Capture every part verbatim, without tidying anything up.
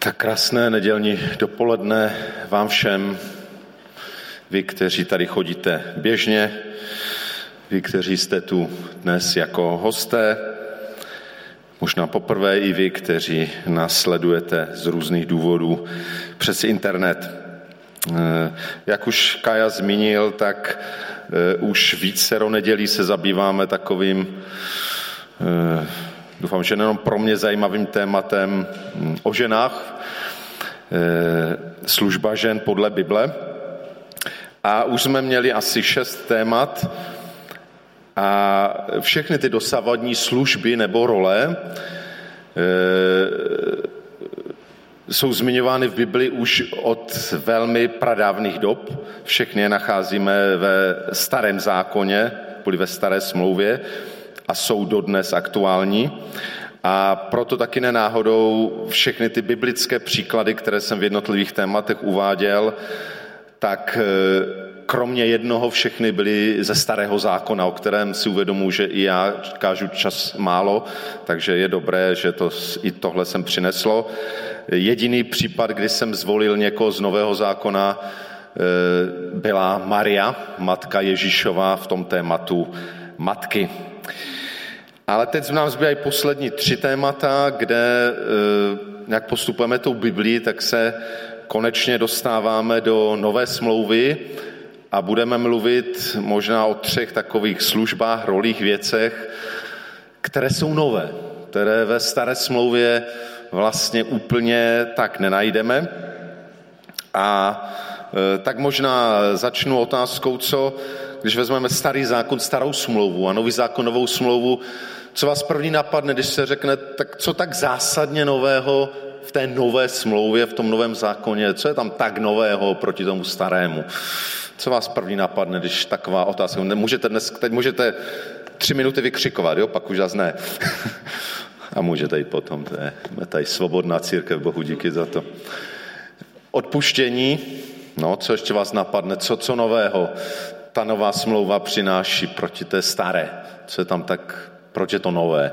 Tak krásné nedělní dopoledne vám všem, vy, kteří tady chodíte běžně, vy, kteří jste tu dnes jako hosté, možná poprvé i vy, kteří nás sledujete z různých důvodů přes internet. Jak už Kaja zmínil, tak už vícero nedělí se zabýváme takovým, doufám, že nejenom pro mě zajímavým tématem o ženách, služba žen podle Bible. A už jsme měli asi šest témat a všechny ty dosavadní služby nebo role jsou zmiňovány v Bibli už od velmi pradávných dob. Všechny je nacházíme ve Starém zákoně, byly ve Staré smlouvě a jsou dodnes aktuální. A proto taky nenáhodou všechny ty biblické příklady, které jsem v jednotlivých tématech uváděl, tak kromě jednoho všechny byly ze Starého zákona, o kterém si uvědomuji, že i já kážu čas málo, takže je dobré, že to, i tohle jsem přineslo. Jediný případ, kdy jsem zvolil někoho z Nového zákona, byla Maria, matka Ježíšova, v tom tématu matky. Ale teď nám zbývají poslední tři témata, kde, jak postupujeme tou Biblii, tak se konečně dostáváme do Nové smlouvy a budeme mluvit možná o třech takových službách, rolích, věcech, které jsou nové, které ve Staré smlouvě vlastně úplně tak nenajdeme. A tak možná začnu otázkou, co, když vezmeme Starý zákon, Starou smlouvu a Nový zákon, Novou smlouvu, co vás první napadne, když se řekne, tak co tak zásadně nového v té nové smlouvě, v tom novém zákoně, co je tam tak nového proti tomu starému? Co vás první napadne, když taková otázka? Můžete dnes, teď můžete tři minuty vykřikovat, jo, pak už zase ne. A můžete i potom, to je tady svobodná církev, Bohu díky za to. Odpuštění, no, co ještě vás napadne, co, co nového ta nová smlouva přináší proti té staré? Co je tam tak, proč je to nové?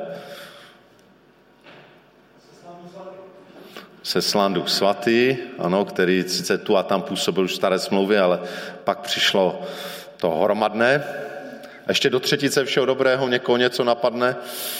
Seslán Duch svatý, ano, který sice tu a tam působil už v Staré smlouvě, ale pak přišlo to hromadné. A ještě do třetice všeho dobrého někoho něco napadne?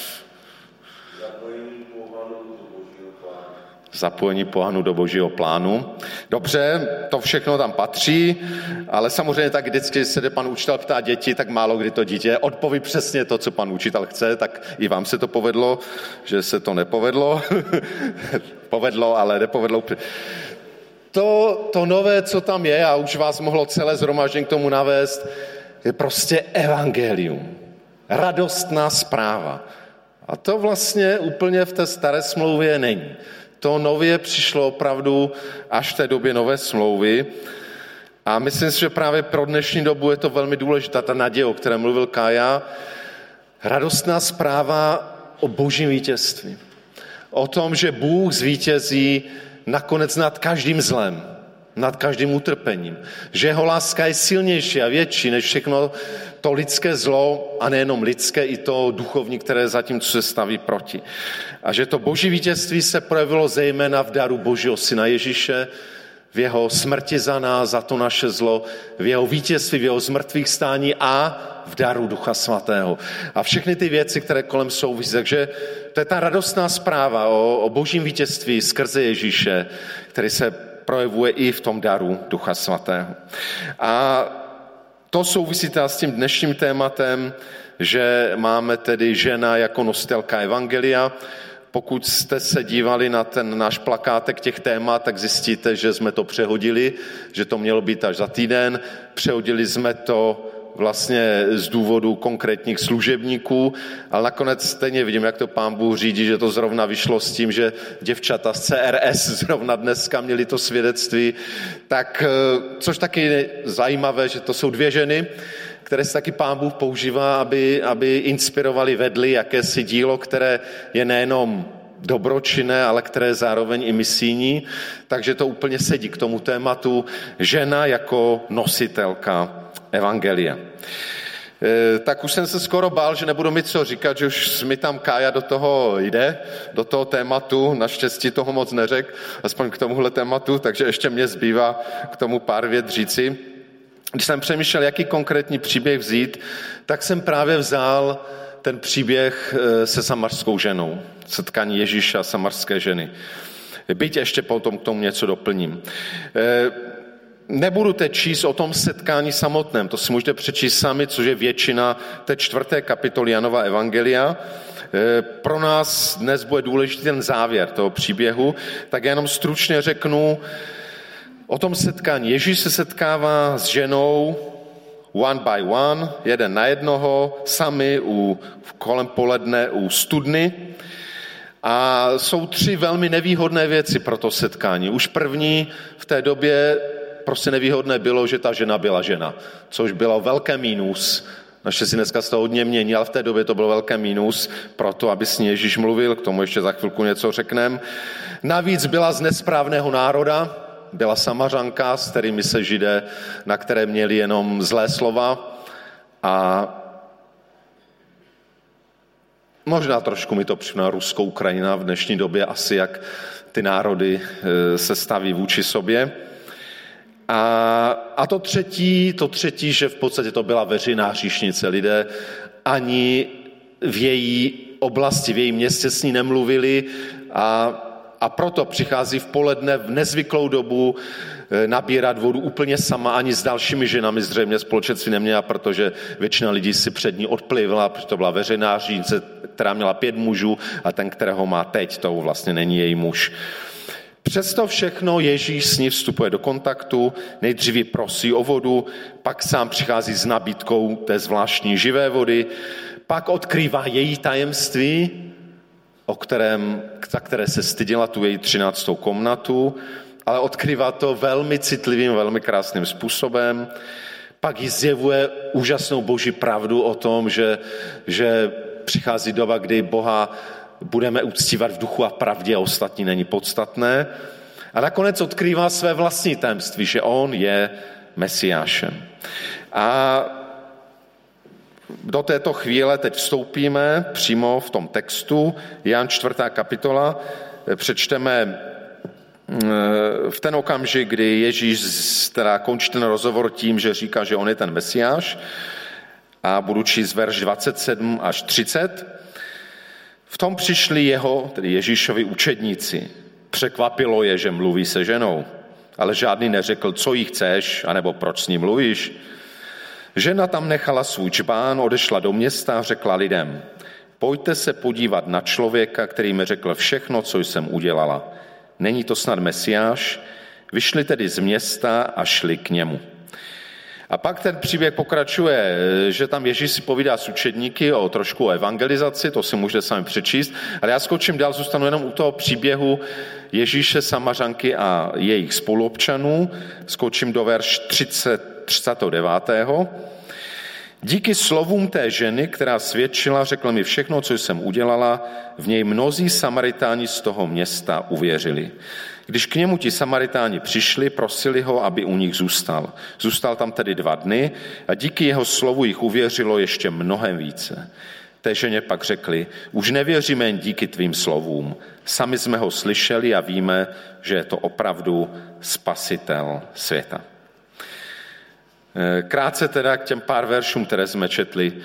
Zapojení pohanů do Božího plánu. Dobře, to všechno tam patří, ale samozřejmě tak vždycky se jde pan učitel ptá děti, tak málo kdy to dítě odpoví přesně to, co pan učitel chce, tak i vám se to povedlo, že se to nepovedlo. Povedlo, ale nepovedlo. To, to nové, co tam je, a už vás mohlo celé shromáždění k tomu navést, je prostě evangelium. Radostná zpráva. A to vlastně úplně v té Staré smlouvě není. To nově přišlo opravdu až v té době Nové smlouvy a myslím si, že právě pro dnešní dobu je to velmi důležitá ta naděje, o které mluvil Kája. Radostná zpráva o Božím vítězství. O tom, že Bůh zvítězí nakonec nad každým zlem, nad každým utrpením. Že jeho láska je silnější a větší než všechno to lidské zlo a nejenom lidské, i to duchovní, které zatím se staví proti. A že to Boží vítězství se projevilo zejména v daru Božího syna Ježíše, v jeho smrti za nás, za to naše zlo, v jeho vítězství, v jeho zmrtvých stání a v daru Ducha svatého. A všechny ty věci, které kolem souvisí. Takže to je ta radostná zpráva o, o Božím vítězství skrze Ježíše, který se projevuje i v tom daru Ducha svatého. A to souvisí teda s tím dnešním tématem, že máme tedy žena jako nositelka evangelia. Pokud jste se dívali na ten náš plakátek těch témat, tak zjistíte, že jsme to přehodili, že to mělo být až za týden. Přehodili jsme to vlastně z důvodu konkrétních služebníků, ale nakonec stejně vidím, jak to Pán Bůh řídí, že to zrovna vyšlo s tím, že děvčata z C R S zrovna dneska měli to svědectví. Tak, což taky zajímavé, že to jsou dvě ženy, které se taky Pán Bůh používá, aby, aby inspirovali, vedli jakési dílo, které je nejenom dobročinné, ale které je zároveň i misijní. Takže to úplně sedí k tomu tématu žena jako nositelka evangelia. tak už jsem se skoro bál, že nebudu mít co říkat, že už mi tam Kája do toho jde, do toho tématu, naštěstí toho moc neřek, aspoň k tomuhle tématu, takže ještě mě zbývá k tomu pár vět říci. Když jsem přemýšlel, jaký konkrétní příběh vzít, tak jsem právě vzal ten příběh se samarskou ženou, setkání Ježíše a samarské ženy. Byť ještě potom k tomu něco doplním. Nebudu teď číst o tom setkání samotném, to si můžete přečíst sami, což je většina té čtvrté kapitoly Janova evangelia. Pro nás dnes bude důležitý ten závěr toho příběhu, tak já jenom stručně řeknu o tom setkání. Ježíš se setkává s ženou one by one, jeden na jednoho, sami u, kolem poledne u studny. A jsou tři velmi nevýhodné věci pro to setkání. Už první v té době prostě nevýhodné bylo, že ta žena byla žena, což bylo velké mínus. Naštěstí dneska se to hodně mění, ale v té době to bylo velké mínus pro to, aby s ní Ježíš mluvil, k tomu ještě za chvilku něco řekneme. Navíc byla z nesprávného národa, byla Samařanka, s kterými se Židé, na které měli jenom zlé slova a možná trošku mi to připomíná Rusko, Ukrajina v dnešní době, asi jak ty národy se staví vůči sobě. A, a to třetí, to třetí, že v podstatě to byla veřejná hříšnice. Lidé ani v její oblasti, v jejím městě s ní nemluvili a, a proto přichází v poledne v nezvyklou dobu nabírat vodu úplně sama, ani s dalšími ženami zřejmě společenství neměla, protože většina lidí si před ní odplivla, protože to byla veřejná hříšnice, která měla pět mužů a ten, kterého má teď, to vlastně není její muž. Přesto všechno Ježíš s ní vstupuje do kontaktu, nejdříve prosí o vodu, pak sám přichází s nabídkou té zvláštní živé vody, pak odkrývá její tajemství, o kterém, za které se styděla, tu její třináctou komnatu, ale odkrývá to velmi citlivým, velmi krásným způsobem. Pak jí zjevuje úžasnou boží pravdu o tom, že, že přichází doba, kdy Boha budeme uctívat v duchu a pravdě a ostatní není podstatné. A nakonec odkrývá své vlastní tajemství, že on je Mesiášem. A do této chvíle teď vstoupíme přímo v tom textu, Jan čtvrtá kapitola, přečteme v ten okamžik, kdy Ježíš teda končí ten rozhovor tím, že říká, že on je ten Mesiáš, a budu číst verš dvacet sedm až třicet. V tom přišli jeho, tedy Ježíšovi učedníci. Překvapilo je, že mluví se ženou, ale žádný neřekl, co jí chceš, anebo proč s ní mluvíš. Žena tam nechala svůj čbán, odešla do města a řekla lidem, pojďte se podívat na člověka, který mi řekl všechno, co jsem udělala. Není to snad Mesiáš? Vyšli tedy z města a šli k němu. A pak ten příběh pokračuje, že tam Ježíš si povídá s učedníky o trošku o evangelizaci, to si můžete sami přečíst, ale já skočím dál, zůstanu jenom u toho příběhu Ježíše, Samařanky a jejich spoluobčanů. Skočím do verš třicátého devátého Díky slovům té ženy, která svědčila, řekla mi všechno, co jsem udělala, v něj mnozí Samaritáni z toho města uvěřili. Když k němu ti Samaritáni přišli, prosili ho, aby u nich zůstal. Zůstal tam tedy dva dny a díky jeho slovu jich uvěřilo ještě mnohem více. Té ženě pak řekli, už nevěříme jen díky tvým slovům. Sami jsme ho slyšeli a víme, že je to opravdu spasitel světa. Krátce teda k těm pár veršům, které jsme četli.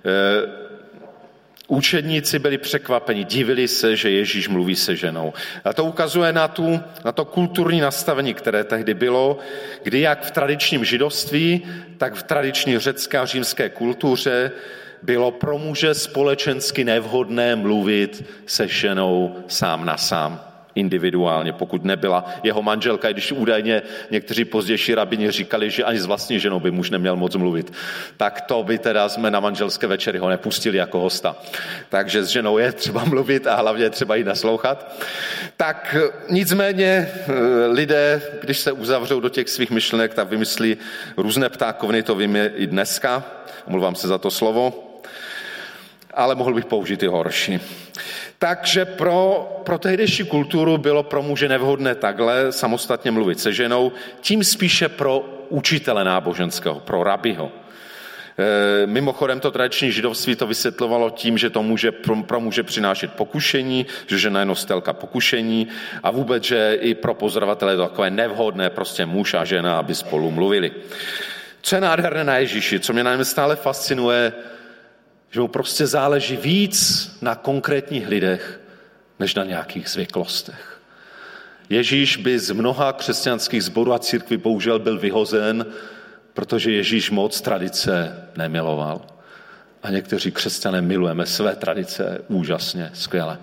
Učedníci byli překvapeni, divili se, že Ježíš mluví se ženou. A to ukazuje na, tu, na to kulturní nastavení, které tehdy bylo, kdy jak v tradičním židovství, tak v tradiční řecké a římské kultuře bylo pro muže společensky nevhodné mluvit se ženou sám na sám, individuálně, pokud nebyla jeho manželka, i když údajně někteří pozdější rabini říkali, že ani s vlastní ženou by muž neměl moc mluvit. Tak to by teda jsme na manželské večery ho nepustili jako hosta. Takže s ženou je třeba mluvit a hlavně je třeba jí naslouchat. Tak nicméně lidé, když se uzavřou do těch svých myšlenek, tak vymyslí různé ptákovny, to víme i dneska. Omluvám se za to slovo, ale mohl bych použít i horší. Takže pro, pro tehdejší kulturu bylo pro muže nevhodné takhle samostatně mluvit se ženou, tím spíše pro učitele náboženského, pro rabiho. E, mimochodem to tradiční židovství to vysvětlovalo tím, že to může pro, pro muže přinášet pokušení, že žena je nositelka pokušení a vůbec, že i pro pozorovatele je to takové nevhodné, prostě muž a žena, aby spolu mluvili. Co je nádherné na Ježíši, co mě na něm stále fascinuje, že mu prostě záleží víc na konkrétních lidech, než na nějakých zvyklostech. Ježíš by z mnoha křesťanských sborů a církví bohužel byl vyhozen, protože Ježíš moc tradice nemiloval. A někteří křesťané milujeme své tradice úžasně, skvěle.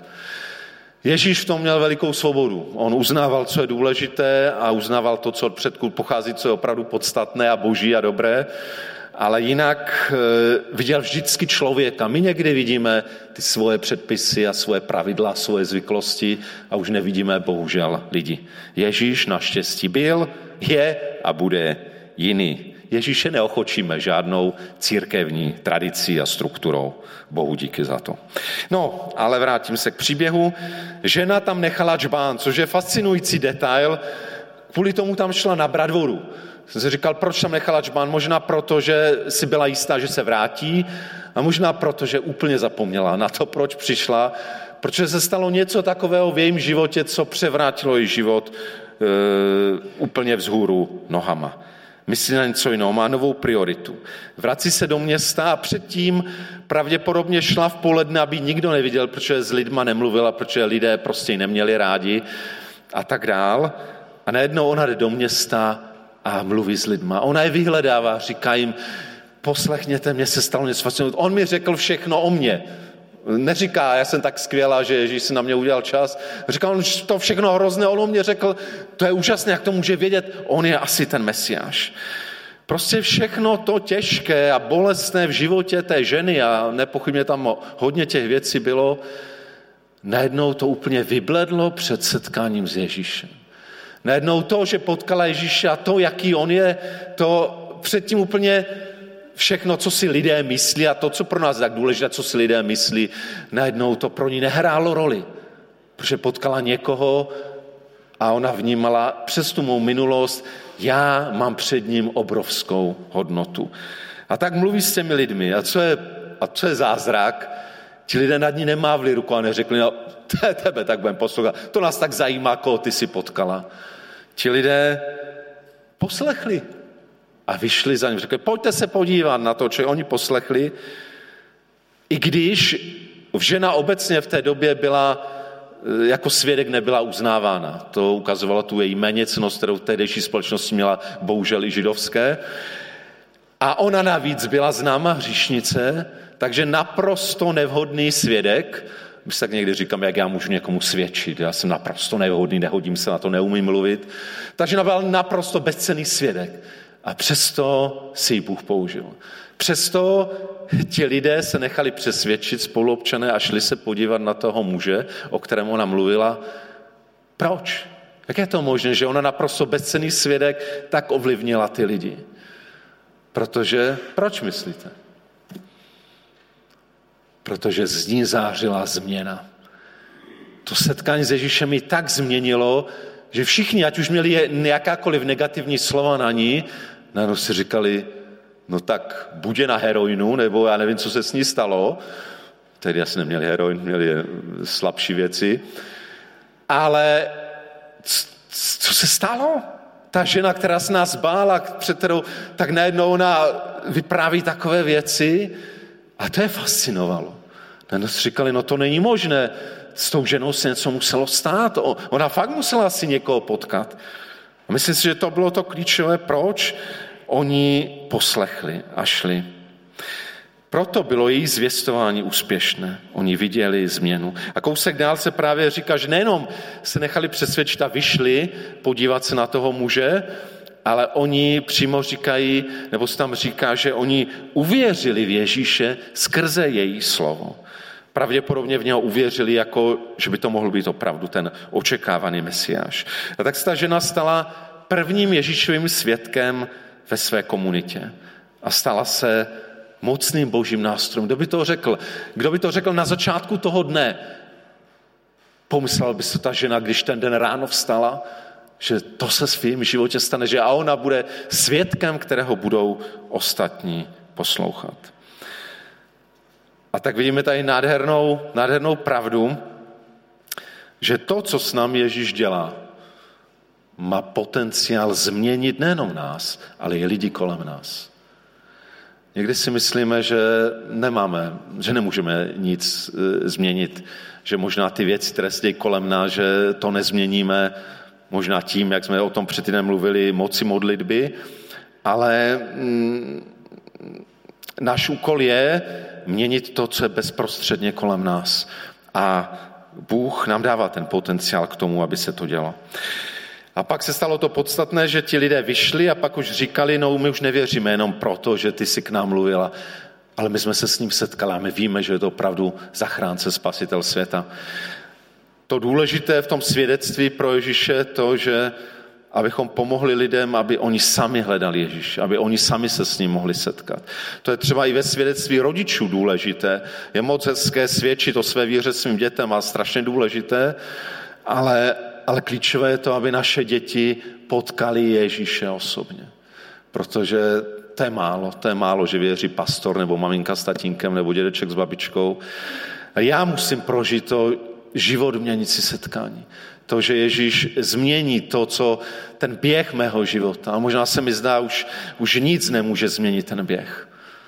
Ježíš v tom měl velikou svobodu. On uznával, co je důležité a uznával to, co od předků pochází, co je opravdu podstatné a boží a dobré, ale jinak viděl vždycky člověka. My někdy vidíme ty svoje předpisy a svoje pravidla, svoje zvyklosti a už nevidíme bohužel lidi. Ježíš naštěstí byl, je a bude jiný. Ježíše neochočíme žádnou církevní tradicí a strukturou. Bohu díky za to. No, ale vrátím se k příběhu. Žena tam nechala džbán, což je fascinující detail. Kvůli tomu tam šla nabrat vodu. Jsem si říkal, proč tam nechala džbán? Možná proto, že si byla jistá, že se vrátí a možná proto, že úplně zapomněla na to, proč přišla, protože se stalo něco takového v jejím životě, co převrátilo její život e, úplně vzhůru nohama. Myslí na něco jiného, má novou prioritu. Vrací se do města a předtím pravděpodobně šla v poledne, aby nikdo neviděl, protože s lidma nemluvila, protože lidé prostě ji neměli rádi a tak dál. A najednou ona jde do města a mluví s lidma. Ona je vyhledává, říká jim, poslechněte, mně se stalo něco fascinujícího. On mi řekl všechno o mně. Neříká, já jsem tak skvělá, že Ježíš si na mě udělal čas. Říká, on to všechno hrozné, on o mě řekl, to je úžasné, jak to může vědět, on je asi ten Mesiáš. Prostě všechno to těžké a bolestné v životě té ženy, a nepochybně tam hodně těch věcí bylo, najednou to úplně vybledlo před setkáním s Ježíšem. Najednou to, že potkala Ježíše a to, jaký on je, to předtím úplně všechno, co si lidé myslí a to, co pro nás je tak důležité, co si lidé myslí, najednou to pro ní nehrálo roli. Protože potkala někoho a ona vnímala přes tu mou minulost, já mám před ním obrovskou hodnotu. A tak mluví s těmi lidmi. A co je, a co je zázrak? Ti lidé nad ní nemávli ruku a neřekli, no tebe tak budeme poslouchat. To nás tak zajímá, koho ty si potkala. Ti lidé poslechli a vyšli za ním. Řekli, pojďte se podívat na to, co oni poslechli. I když žena obecně v té době byla, jako svědek nebyla uznávána. To ukazovalo tu její méněcnost, kterou v tehdejší společnosti měla bohužel i židovské. A ona navíc byla známá hříšnice, takže naprosto nevhodný svědek. My tak někdy říkám, jak já můžu někomu svědčit. Já jsem naprosto nevhodný, nehodím se na to, neumím mluvit. Takže ona byla naprosto bezcenný svědek. A přesto si ji Bůh použil. Přesto ti lidé se nechali přesvědčit, spoluobčané, a šli se podívat na toho muže, o kterém ona mluvila. Proč? Jak je to možné, že ona naprosto bezcenný svědek tak ovlivnila ty lidi? Protože, proč myslíte? Protože z ní zářila změna. To setkání s Ježíšem ji tak změnilo, že všichni, ať už měli nějakákoliv negativní slova na ní, najednou si říkali, no tak buď je na heroinu, nebo já nevím, co se s ní stalo. Tedy asi neměli heroin, měli slabší věci. Ale co se stalo? Ta žena, která se nás bála, před kterou tak najednou ona vypráví takové věci, a to je fascinovalo. Najednou si říkali, no to není možné, s tou ženou se něco muselo stát, ona fakt musela asi někoho potkat. A myslím si, že to bylo to klíčové, proč oni poslechli a šli. Proto bylo její zvěstování úspěšné. Oni viděli změnu. A kousek dál se právě říká, že nejenom se nechali přesvědčit a vyšli podívat se na toho muže, ale oni přímo říkají, nebo se tam říká, že oni uvěřili v Ježíše skrze její slovo. Pravděpodobně v něho uvěřili, jako, že by to mohl být opravdu ten očekávaný Mesiáš. A tak se ta žena stala prvním Ježíšovým svědkem ve své komunitě. A stala se mocným božím nástrojem. Kdo by to řekl? Kdo by to řekl na začátku toho dne? Pomyslela by se ta žena, když ten den ráno vstala, že to se v jejím životě stane, že a ona bude svědkem, kterého budou ostatní poslouchat. A tak vidíme tady nádhernou, nádhernou pravdu, že to, co s námi Ježíš dělá, má potenciál změnit nejenom nás, ale i lidi kolem nás. Někdy si myslíme, že nemáme, že nemůžeme nic e, změnit, že možná ty věci, které se dějí kolem nás, že to nezměníme, možná tím, jak jsme o tom předtím mluvili, moci modlitby, ale mm, náš úkol je měnit to, co je bezprostředně kolem nás. A Bůh nám dává ten potenciál k tomu, aby se to dělo. A pak se stalo to podstatné, že ti lidé vyšli a pak už říkali, no my už nevěříme jenom proto, že ty jsi k nám mluvila, ale my jsme se s ním setkali a my víme, že je to opravdu zachránce, spasitel světa. To důležité v tom svědectví pro Ježíše to, že abychom pomohli lidem, aby oni sami hledali Ježíše, aby oni sami se s ním mohli setkat. To je třeba i ve svědectví rodičů důležité. Je moc hezké svědčit o své víře svým dětem a strašně důležité, ale, ale klíčové je to, aby naše děti potkali Ježíše osobně. Protože to je málo, to je málo, že věří pastor nebo maminka s tatínkem nebo dědeček s babičkou. A já musím prožít to život měnící setkání. To, že Ježíš změní to, co ten běh mého života. A možná se mi zdá, už, už nic nemůže změnit ten běh.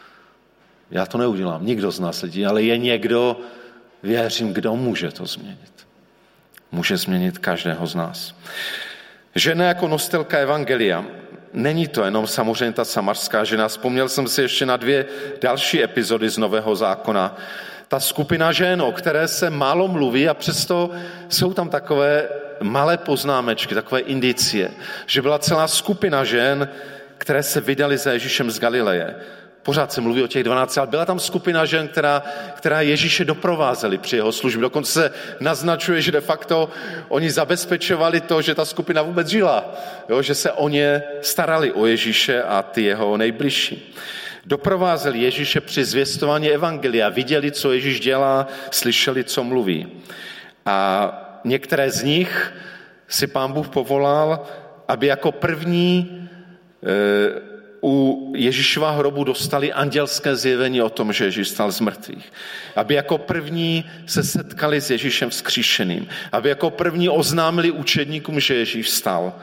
Já to neudělám, nikdo z nás lidí, ale je někdo, věřím, kdo může to změnit. Může změnit každého z nás. Žena jako nositelka evangelia. Není to jenom samozřejmě ta samařská žena. Vzpomněl jsem si ještě na dvě další epizody z Nového zákona. Ta skupina žen, o které se málo mluví a přesto jsou tam takové malé poznámečky, takové indicie, že byla celá skupina žen, které se vydali za Ježíšem z Galileje. Pořád se mluví o těch dvanácti, ale byla tam skupina žen, která, která Ježíše doprovázeli při jeho službě. Dokonce se naznačuje, že de facto oni zabezpečovali to, že ta skupina vůbec žila, jo, že se o ně starali, o Ježíše a ty jeho nejbližší. Doprovázeli Ježíše při zvěstování evangelia, viděli, co Ježíš dělá, slyšeli, co mluví. A některé z nich si Pán Bůh povolal, aby jako první e, u Ježíšova hrobu dostali andělské zjevení o tom, že Ježíš stal z mrtvých. Aby jako první se setkali s Ježíšem vzkříšeným. Aby jako první oznámili učedníkům, že Ježíš stal.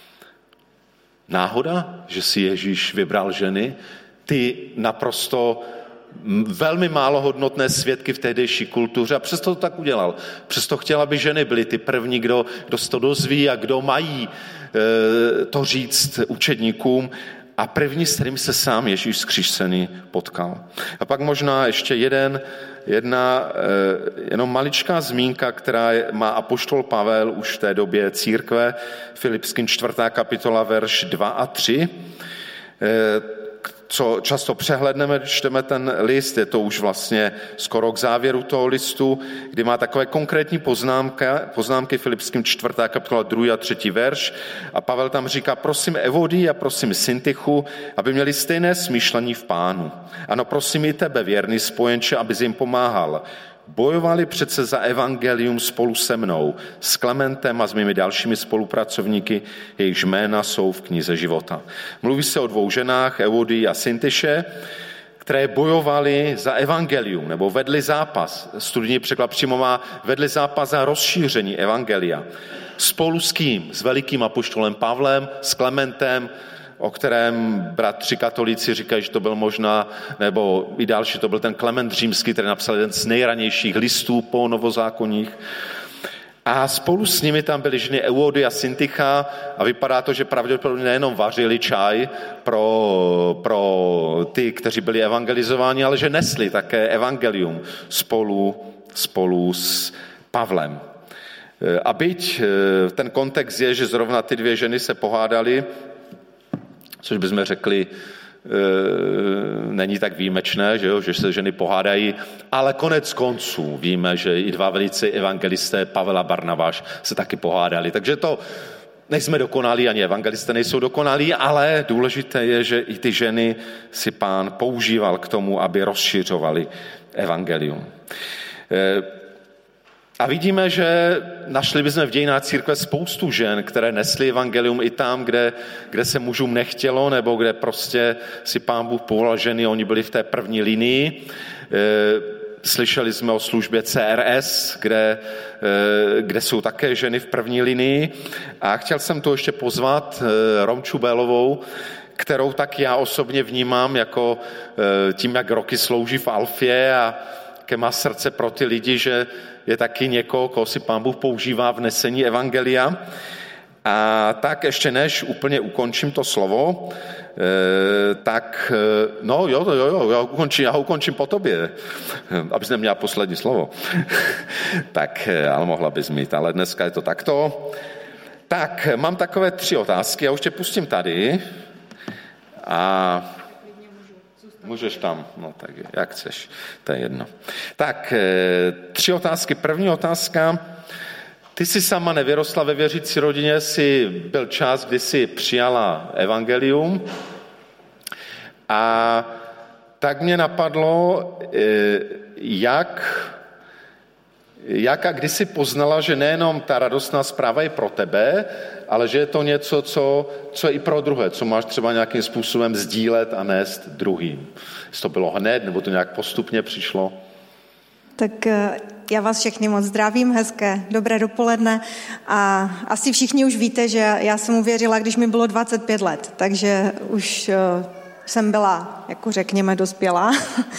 Náhoda, že si Ježíš vybral ženy, ty naprosto velmi málo hodnotné svědky v tehdejší kultuře a přesto to tak udělal. Přesto chtěl, aby ženy byly ty první, kdo, kdo se to dozví a kdo mají e, to říct učedníkům a první, s kterým se sám Ježíš vzkříšený potkal. A pak možná ještě jeden, jedna e, jenom maličká zmínka, která má apoštol Pavel už v té době církve, Filipským čtvrtá kapitola, verš dva a tři, e, co často přehledneme, když čteme ten list, je to už vlastně skoro k závěru toho listu, kdy má takové konkrétní poznámky, poznámky Filipským čtvrtá kapitola druhý a třetí verš a Pavel tam říká, prosím Evodii a prosím Syntychu, aby měli stejné smýšlení v Pánu. Ano, prosím i tebe, věrný spojenče, abys jim pomáhal. Bojovali přece za evangelium spolu se mnou, s Klementem a s mými dalšími spolupracovníky, jejichž jména jsou v knize života. Mluví se o dvou ženách, Evodii a Syntyše, které bojovali za evangelium, nebo vedli zápas. Studijní překlad přímo má vedli zápas za rozšíření evangelia. Spolu s kým? S velikým apoštolem Pavlem, s Klementem, o kterém bratři katolíci říkají, že to byl možná, nebo i další, to byl ten Klement Římský, který napsal jeden z nejranějších listů po novozákonních. A spolu s nimi tam byly ženy Euody a Syntycha a vypadá to, že pravděpodobně nejenom vařili čaj pro, pro ty, kteří byli evangelizováni, ale že nesli také evangelium spolu, spolu s Pavlem. A byť ten kontext je, že zrovna ty dvě ženy se pohádali, což bychom řekli, e, není tak výjimečné, že, jo, že se ženy pohádají, ale konec konců víme, že i dva velice evangelisté, Pavel a Barnabáš, se taky pohádali. Takže to nejsme dokonalí, ani evangelisté nejsou dokonalí, ale důležité je, že i ty ženy si Pán používal k tomu, aby rozšiřovali evangelium. E, A vidíme, že našli bychom v dějinách církve spoustu žen, které nesly evangelium i tam, kde, kde se mužům nechtělo, nebo kde prostě si Pán Bůh povolal ženy, oni byli v té první linii. Slyšeli jsme o službě C R S, kde, kde jsou také ženy v první linii. A chtěl jsem tu ještě pozvat Romču Bélovou, kterou tak já osobně vnímám jako tím, jak roky slouží v Alfě a jaké má srdce pro ty lidi, že je taky někoho, koho si Pán Bůh používá v nesení evangelia. A tak ještě než úplně ukončím to slovo, tak no jo, jo, jo, já ukončím, já ho ukončím po tobě, abys neměla poslední slovo. Tak, ale mohla bys mít, ale dneska je to takto. Tak, mám takové tři otázky, já už tě pustím tady a můžeš tam, no tak jak chceš, to je jedno. Tak, tři otázky. První otázka, ty jsi sama nevyrostla ve věřící rodině, jsi byl čas, kdy jsi přijala evangelium a tak mě napadlo, jak, jak a kdy jsi poznala, že nejenom ta radostná zpráva je pro tebe, ale že je to něco, co, co je i pro druhé, co máš třeba nějakým způsobem sdílet a nést druhým. Jestli to bylo hned, nebo to nějak postupně přišlo? Tak já vás všechny moc zdravím, hezké, dobré dopoledne a asi všichni už víte, že já jsem uvěřila, když mi bylo dvacet pět let, takže už jsem byla, jako řekněme, dospělá.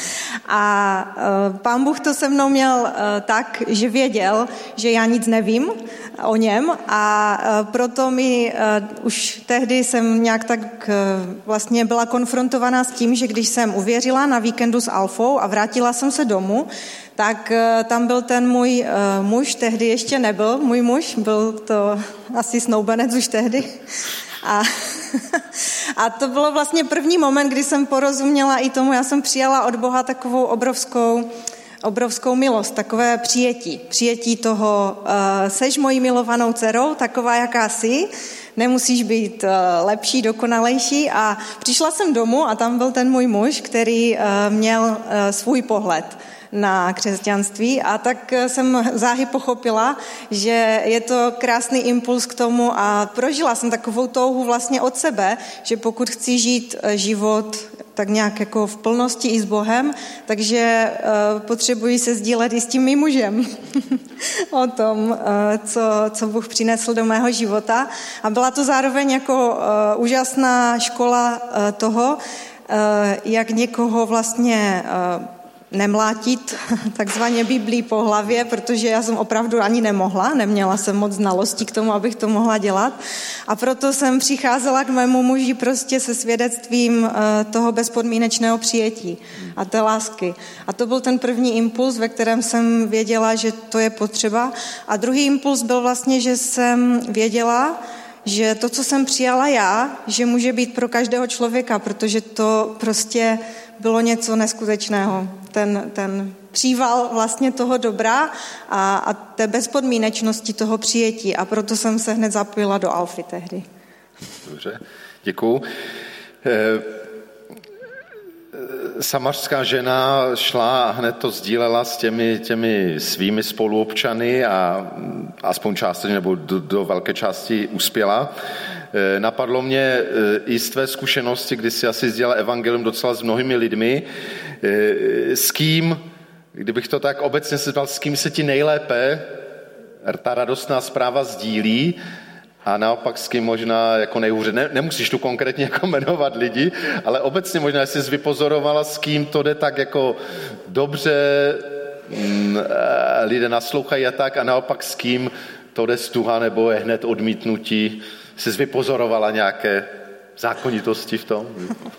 A Pán Bůh to se mnou měl tak, že věděl, že já nic nevím o něm a proto mi už tehdy jsem nějak tak vlastně byla konfrontovaná s tím, že když jsem uvěřila na víkendu s Alfou a vrátila jsem se domů, tak tam byl ten můj muž, tehdy ještě nebyl můj muž, byl to asi snoubenec už tehdy. A, a to bylo vlastně první moment, kdy jsem porozuměla i tomu, já jsem přijala od Boha takovou obrovskou, obrovskou milost, takové přijetí. Přijetí toho, uh, seš mojí milovanou dcerou, taková jaká jsi, nemusíš být uh, lepší, dokonalejší. A přišla jsem domů a tam byl ten můj muž, který uh, měl uh, svůj pohled na křesťanství a tak jsem záhy pochopila, že je to krásný impuls k tomu a prožila jsem takovou touhu vlastně od sebe, že pokud chci žít život tak nějak jako v plnosti i s Bohem, takže uh, potřebuji se sdílet i s tím mým mužem o tom, uh, co, co Bůh přinesl do mého života. A byla to zároveň jako uh, úžasná škola uh, toho, uh, jak někoho vlastně uh, nemlátit takzvaně Biblii po hlavě, protože já jsem opravdu ani nemohla, neměla jsem moc znalostí k tomu, abych to mohla dělat. A proto jsem přicházela k mému muži prostě se svědectvím toho bezpodmínečného přijetí a té lásky. A to byl ten první impuls, ve kterém jsem věděla, že to je potřeba. A druhý impuls byl vlastně, že jsem věděla, že to, co jsem přijala já, že může být pro každého člověka, protože to prostě bylo něco neskutečného. Ten, ten příval vlastně toho dobra a, a té bezpodmínečnosti toho přijetí. A proto jsem se hned zapojila do Alfy tehdy. Dobře, děkuju. E, samařská žena šla a hned to sdílela s těmi, těmi svými spoluobčany a aspoň částečně nebo do, do velké části uspěla. E, napadlo mě i z tvé zkušenosti, kdy jsi asi sdělala evangelium docela s mnohými lidmi, e, s kým, kdybych to tak obecně se zval, s kým se ti nejlépe ta radostná zpráva sdílí, a naopak s kým možná jako nejhůře. Ne, nemusíš tu konkrétně jako jmenovat lidi, ale obecně možná jsi vypozorovala, s kým to jde tak jako dobře, m, lidé naslouchají a tak, a naopak s kým to jde stuha nebo je hned odmítnutí. Jsi vypozorovala nějaké zákonitosti v tom?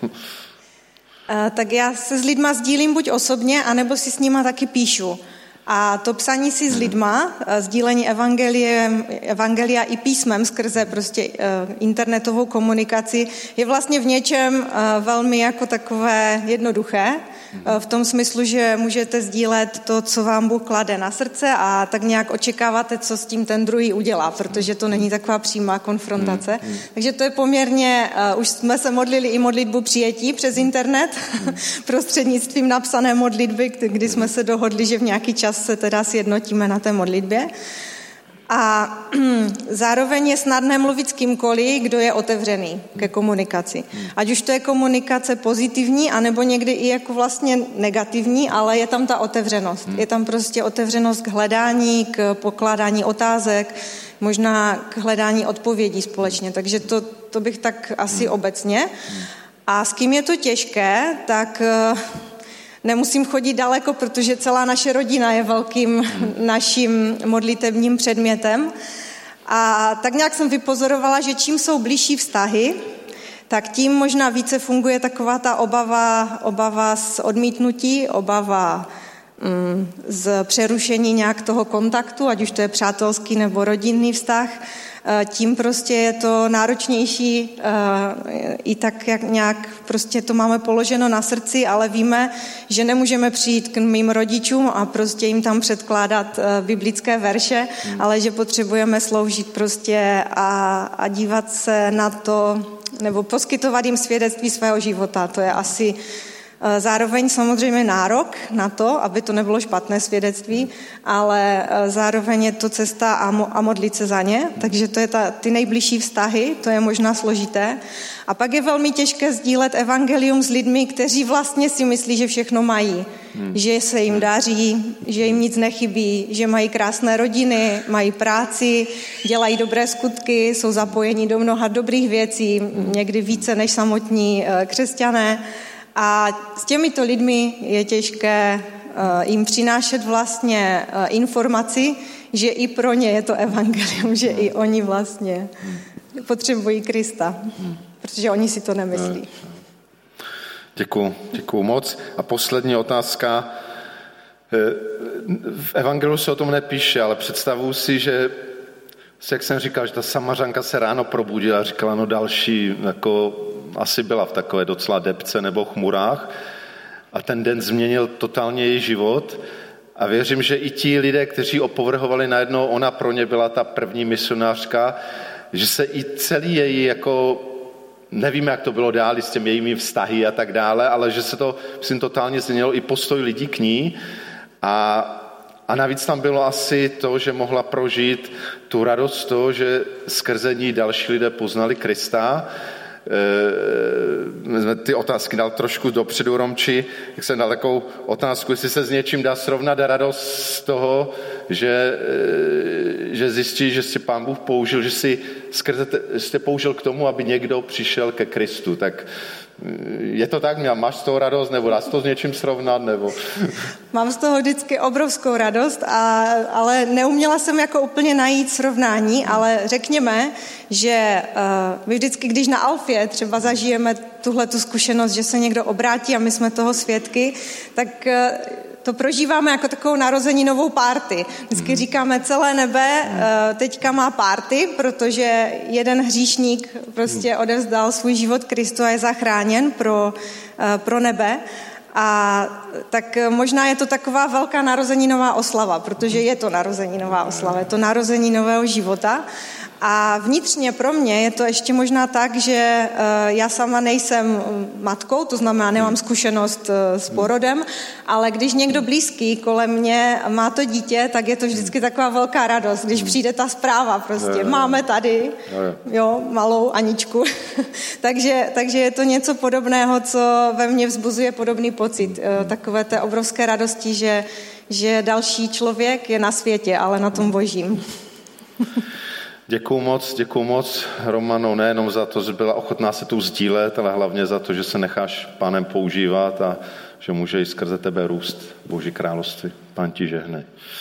Tak já se s lidma sdílím buď osobně, anebo si s nima taky píšu. A to psaní si s lidma, sdílení evangelia i písmem skrze prostě internetovou komunikaci je vlastně v něčem velmi jako takové jednoduché, v tom smyslu, že můžete sdílet to, co vám Bůh klade na srdce a tak nějak očekáváte, co s tím ten druhý udělá, protože to není taková přímá konfrontace. Takže to je poměrně, už jsme se modlili i modlitbu přijetí přes internet, prostřednictvím napsané modlitby, kdy jsme se dohodli, že v nějaký čas občas se teda sjednotíme na té modlitbě. A zároveň je snadné mluvit s kýmkoliv, kdo je otevřený ke komunikaci. Ať už to je komunikace pozitivní, anebo někdy i jako vlastně negativní, ale je tam ta otevřenost. Je tam prostě otevřenost k hledání, k pokládání otázek, možná k hledání odpovědí společně. Takže to, to bych tak asi obecně. A s kým je to těžké, tak nemusím chodit daleko, protože celá naše rodina je velkým naším modlitevním předmětem. A tak nějak jsem vypozorovala, že čím jsou blížší vztahy, tak tím možná více funguje taková ta obava, obava z odmítnutí, obava mm, z přerušení nějak toho kontaktu, ať už to je přátelský nebo rodinný vztah. Tím prostě je to náročnější, i tak jak nějak prostě to máme položeno na srdci, ale víme, že nemůžeme přijít k mým rodičům a prostě jim tam předkládat biblické verše, hmm. ale že potřebujeme sloužit prostě a, a dívat se na to, nebo poskytovat jim svědectví svého života. To je asi zároveň samozřejmě nárok na to, aby to nebylo špatné svědectví, ale zároveň je to cesta a, mo- a modlit se za ně, takže to je ta, ty nejbližší vztahy, to je možná složité. A pak je velmi těžké sdílet evangelium s lidmi, kteří vlastně si myslí, že všechno mají, hmm. že se jim daří, že jim nic nechybí, že mají krásné rodiny, mají práci, dělají dobré skutky, jsou zapojeni do mnoha dobrých věcí, někdy více než samotní křesťané. A s těmito lidmi je těžké uh, jim přinášet vlastně uh, informaci, že i pro ně je to evangelium, že i oni vlastně potřebují Krista, protože oni si to nemyslí. Děkuju, děkuju moc. A poslední otázka. V evangeliu se o tom nepíše, ale představuji si, že jak jsem říkal, že ta Samařanka se ráno probudila a říkala, no další, jako asi byla v takové docela depce nebo chmurách a ten den změnil totálně její život a věřím, že i ti lidé, kteří opovrhovali najednou, ona pro ně byla ta první misionářka, že se i celý její, jako nevíme, jak to bylo dál s těmi jejími vztahy a tak dále, ale že se to, myslím, totálně změnilo i postoj lidí k ní a A navíc tam bylo asi to, že mohla prožít tu radost toho, že skrze ní další lidé poznali Krista. My jsme ty otázky dal trošku dopředu, Romči, jak jsem dal takovou otázku, jestli se s něčím dá srovnat radost z toho, že, že zjistí, že si Pán Bůh použil, že si skrze jste použil k tomu, aby někdo přišel ke Kristu. Tak je to tak? Máš z toho radost, nebo dá se to s něčím srovnat? Nebo... Mám z toho vždycky obrovskou radost, a, ale neuměla jsem jako úplně najít srovnání, ale řekněme, že uh, my vždycky, když na Alfě třeba zažijeme tuhletu zkušenost, že se někdo obrátí a my jsme toho svědky, tak uh, to prožíváme jako takovou narozeninovou párty. Vždycky říkáme, celé nebe teďka má párty, protože jeden hříšník prostě odevzdal svůj život Kristu a je zachráněn pro, pro nebe. A tak možná je to taková velká narozeninová oslava, protože je to narozeninová oslava, je to narození nového života. A vnitřně pro mě je to ještě možná tak, že já sama nejsem matkou, to znamená, nemám zkušenost s porodem, ale když někdo blízký kolem mě má to dítě, tak je to vždycky taková velká radost, když přijde ta zpráva prostě, máme tady, jo, malou Aničku. takže, takže je to něco podobného, co ve mně vzbuzuje podobný pocit, takové té obrovské radosti, že, že další člověk je na světě, ale na tom božím. Děkuju moc, děkuju moc, Romano, nejenom za to, že byla ochotná se tu sdílet, ale hlavně za to, že se necháš Pánem používat a že může i skrze tebe růst Boží království. Pán ti žehnej.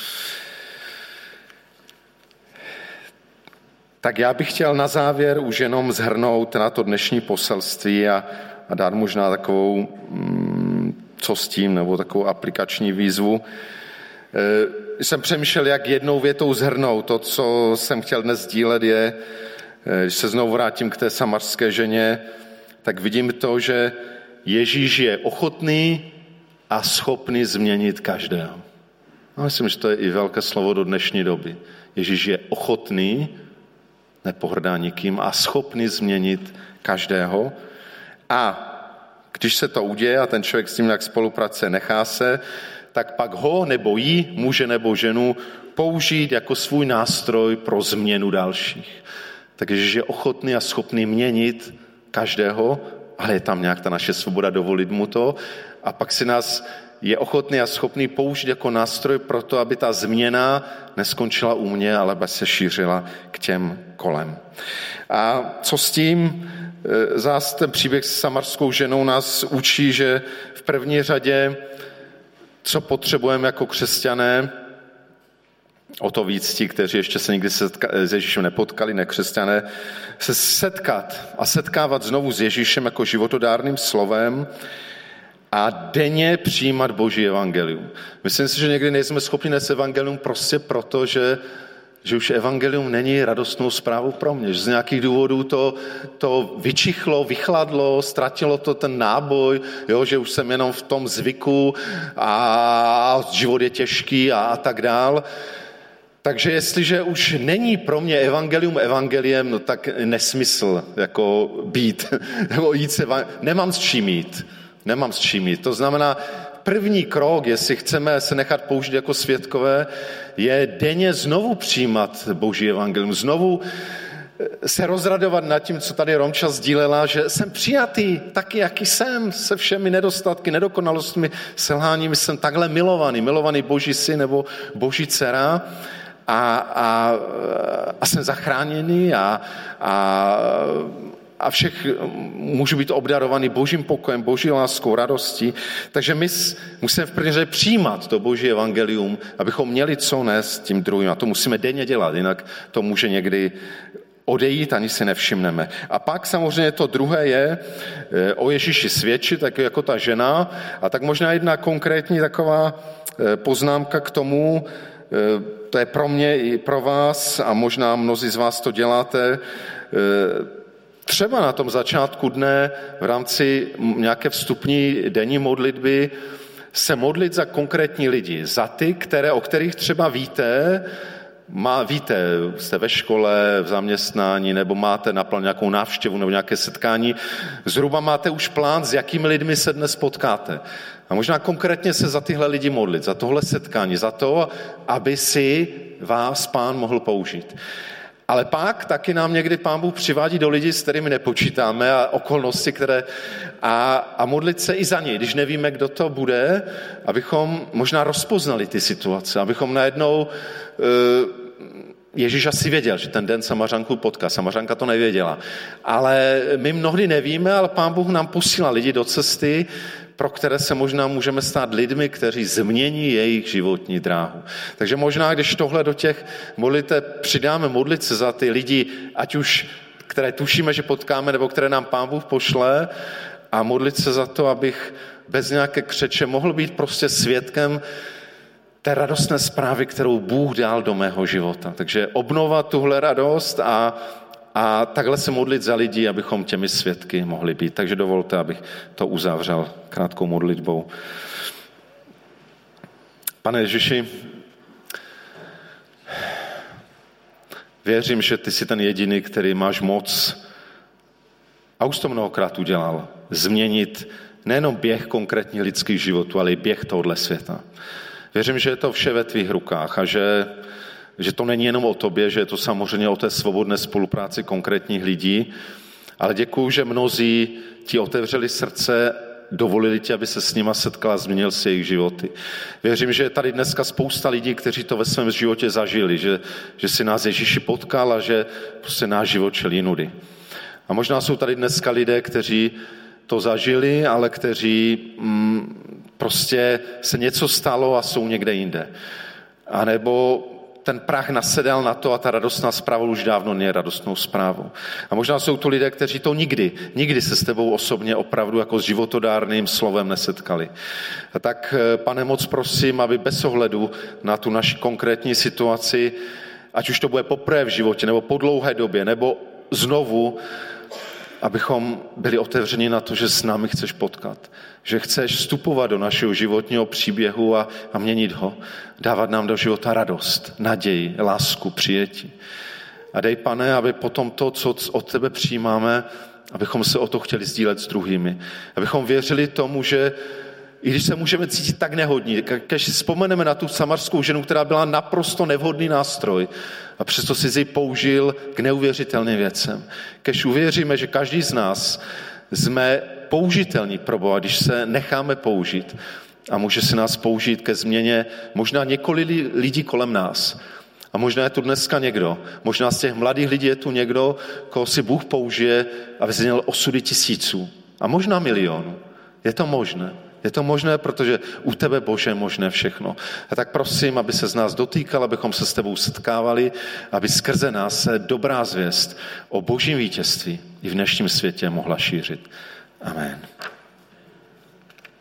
Tak já bych chtěl na závěr už jenom zhrnout na to dnešní poselství a, a dát možná takovou, mm, co s tím, nebo takovou aplikační výzvu. E, jsem přemýšlel, jak jednou větou zhrnout to, co jsem chtěl dnes sdílet, je, když se znovu vrátím k té samařské ženě, tak vidím to, že Ježíš je ochotný a schopný změnit každého. No, myslím, že to je i velké slovo do dnešní doby. Ježíš je ochotný, nepohrdá nikým, a schopný změnit každého. A když se to uděje a ten člověk s tím jak spolupracuje, nechá se, tak pak ho nebo jí, muže nebo ženu, použít jako svůj nástroj pro změnu dalších. Takže Ježíš je ochotný a schopný měnit každého, ale je tam nějak ta naše svoboda dovolit mu to. A pak si nás je ochotný a schopný použít jako nástroj pro to, aby ta změna neskončila u mě, ale aby se šířila k těm kolem. A co s tím? Zás ten příběh s samarskou ženou nás učí, že v první řadě, co potřebujeme jako křesťané, o to víc ti, kteří ještě se nikdy setka- s Ježíšem nepotkali, nekřesťané, se setkat a setkávat znovu s Ježíšem jako životodárným slovem a denně přijímat Boží evangelium. Myslím si, že někdy nejsme schopni nést evangelium prostě proto, že že už evangelium není radostnou zprávou pro mě, že z nějakých důvodů to, to vyčichlo, vychladlo, ztratilo to ten náboj, jo, že už jsem jenom v tom zvyku a život je těžký a, a tak dál. Takže jestliže už není pro mě evangelium evangeliem, no tak nesmysl jako být, nebo jít se, nemám s čím jít, nemám s čím jít. To znamená, první krok, jestli chceme se nechat použít jako svědkové, je denně znovu přijímat Boží evangelium, znovu se rozradovat nad tím, co tady Romča sdílela, že jsem přijatý taky, jaký jsem, se všemi nedostatky, nedokonalostmi, selháními, jsem takhle milovaný, milovaný Boží syn nebo Boží dcera a, a, a jsem zachráněný a, a a všech můžu být obdarovaný Božím pokojem, Boží láskou, radostí. Takže my musíme v první řadě přijímat to Boží evangelium, abychom měli co nést tím druhým. A to musíme denně dělat, jinak to může někdy odejít, ani si nevšimneme. A pak samozřejmě to druhé je o Ježíši svědčit, tak jako ta žena. A tak možná jedna konkrétní taková poznámka k tomu, to je pro mě i pro vás, a možná mnozí z vás to děláte, třeba na tom začátku dne v rámci nějaké vstupní denní modlitby se modlit za konkrétní lidi, za ty, které, o kterých třeba víte, má, víte, jste ve škole, v zaměstnání, nebo máte na plán nějakou návštěvu nebo nějaké setkání, zhruba máte už plán, s jakými lidmi se dnes potkáte. A možná konkrétně se za tyhle lidi modlit, za tohle setkání, za to, aby si vás Pán mohl použít. Ale pak taky nám někdy Pán Bůh přivádí do lidí, s kterými nepočítáme a okolnosti, které a, a modlit se i za něj, když nevíme, kdo to bude, abychom možná rozpoznali ty situace, abychom najednou Ježíš asi věděl, že ten den Samařanku potká, Samařanka to nevěděla, ale my mnohdy nevíme, ale Pán Bůh nám posílá lidi do cesty, pro které se možná můžeme stát lidmi, kteří změní jejich životní dráhu. Takže možná, když tohle do těch modlitev přidáme modlit se za ty lidi, ať už, které tušíme, že potkáme, nebo které nám Pán Bůh pošle, a modlit se za to, abych bez nějaké křeče mohl být prostě svědkem té radostné zprávy, kterou Bůh dal do mého života. Takže obnovat tuhle radost a A takhle se modlit za lidi, abychom těmi svědky mohli být. Takže dovolte, abych to uzavřel krátkou modlitbou. Pane Ježíši, věřím, že ty jsi ten jediný, který máš moc, a už to mnohokrát udělal, změnit nejenom běh konkrétních lidských životů, ale i běh tohohle světa. Věřím, že je to vše ve tvých rukách a že že to není jenom o tobě, že je to samozřejmě o té svobodné spolupráci konkrétních lidí, ale děkuju, že mnozí ti otevřeli srdce, dovolili ti, aby se s nima setkala a změnil si jejich životy. Věřím, že je tady dneska spousta lidí, kteří to ve svém životě zažili, že, že si nás Ježíši potkal a že prostě náš život čelí nudy. A možná jsou tady dneska lidé, kteří to zažili, ale kteří mm, prostě se něco stalo a jsou někde jinde. A nebo ten prach nasedal na to a ta radostná zpráva už dávno není radostnou zprávou. A možná jsou to lidé, kteří to nikdy, nikdy se s tebou osobně opravdu jako s životodárným slovem nesetkali. A tak, Pane, moc prosím, aby bez ohledu na tu naši konkrétní situaci, ať už to bude poprvé v životě, nebo po dlouhé době, nebo znovu, abychom byli otevřeni na to, že s námi chceš potkat. Že chceš vstupovat do našeho životního příběhu a, a měnit ho. Dávat nám do života radost, naději, lásku, přijetí. A dej, Pane, aby potom to, co od tebe přijímáme, abychom se o to chtěli sdílet s druhými. Abychom věřili tomu, že, I když se můžeme cítit tak nehodní, když si vzpomeneme na tu samarskou ženu, která byla naprosto nevhodný nástroj a přesto si ji použil k neuvěřitelným věcem. Když uvěříme, že každý z nás jsme použitelní pro Boha, když se necháme použít a může se nás použít ke změně možná několik lidí kolem nás. A možná je tu dneska někdo, možná z těch mladých lidí je tu někdo, koho si Bůh použije, aby změnil osudy tisíců a možná milionů. Je to možné. Je to možné, protože u tebe, Bože, je možné všechno. A tak prosím, aby se z nás dotýkal, abychom se s tebou setkávali, aby skrze nás se dobrá zvěst o božím vítězství i v dnešním světě mohla šířit. Amen.